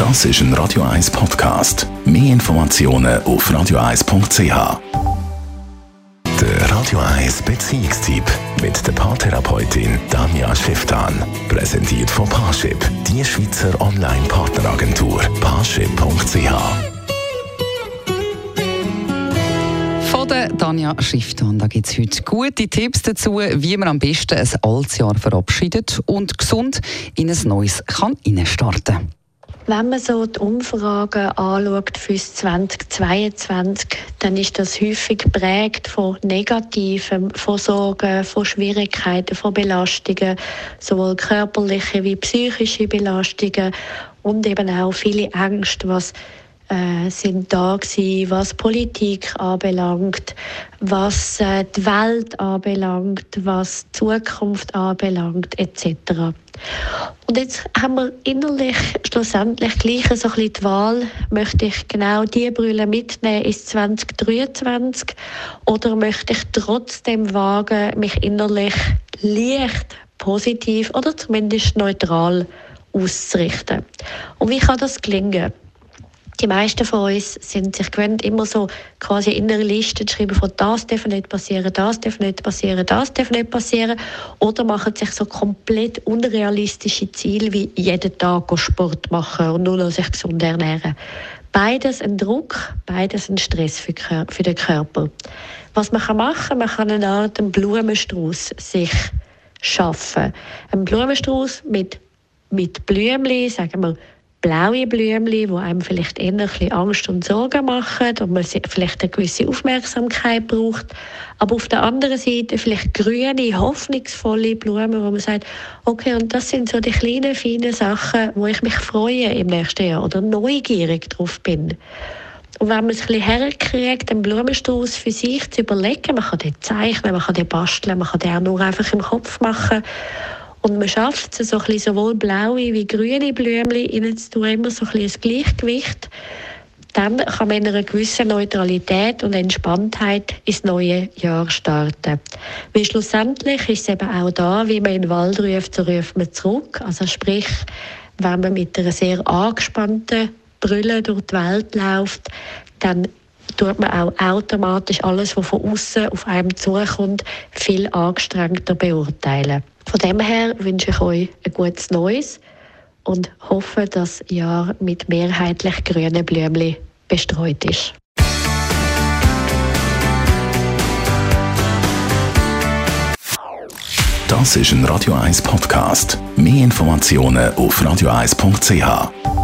Das ist ein Radio 1 Podcast. Mehr Informationen auf radio1.ch. Der Radio 1 Beziehungstyp mit der Paartherapeutin Danja Schifftan. Präsentiert von Parship, die Schweizer Online-Partneragentur. Parship.ch. Von der Danja Schifftan. Da gibt es heute gute Tipps dazu, wie man am besten ein altes Jahr verabschiedet und gesund in ein neues kann starten kann. Wenn man so die Umfragen anschaut für 2022, dann ist das häufig geprägt von Negativem, von Sorgen, von Schwierigkeiten, von Belastungen, sowohl körperliche wie psychische Belastungen und eben auch viele Ängste, was sind da gewesen, was Politik anbelangt, was die Welt anbelangt, was die Zukunft anbelangt, etc. Und jetzt haben wir innerlich schlussendlich gleich so ein bisschen die Wahl, möchte ich genau diese Brille mitnehmen ins 2023 oder möchte ich trotzdem wagen, mich innerlich leicht positiv oder zumindest neutral auszurichten. Und wie kann das gelingen? Die meisten von uns sind sich gewöhnt, immer so quasi innere Listen zu schreiben von das darf nicht passieren, das darf nicht passieren, das darf nicht passieren. Oder machen sich so komplett unrealistische Ziele wie jeden Tag Sport machen und nur noch sich gesund ernähren. Beides ein Druck, beides ein Stress für den Körper. Was man machen kann, man kann eine Art Blumenstrauß sich schaffen. Ein Blumenstrauß mit Blümchen, sagen wir, blaue Blümchen, die einem vielleicht eher ein bisschen Angst und Sorgen machen und man vielleicht eine gewisse Aufmerksamkeit braucht. Aber auf der anderen Seite vielleicht grüne, hoffnungsvolle Blumen, wo man sagt, okay, und das sind so die kleinen, feinen Sachen, wo ich mich freue im nächsten Jahr oder neugierig drauf bin. Und wenn man es ein bisschen herkriegt, einen Blumenstrauß für sich zu überlegen, man kann den zeichnen, man kann den basteln, man kann den auch nur einfach im Kopf machen. Und man schafft es, so ein bisschen sowohl blaue wie grüne Blümchen reinzutun, immer so ein bisschen ein Gleichgewicht. Dann kann man in einer gewissen Neutralität und Entspanntheit ins neue Jahr starten. Weil schlussendlich ist es eben auch da, wie man in den Wald ruft, so ruft man zurück. Also sprich, wenn man mit einer sehr angespannten Brille durch die Welt läuft, dann tut man auch automatisch alles, was von außen auf einem zukommt, viel angestrengter beurteilen. Von dem her wünsche ich euch ein gutes Neues und hoffe, dass das Jahr mit mehrheitlich grünen Blümchen bestreut ist. Das ist ein Radio 1 Podcast. Mehr Informationen auf radio1.ch.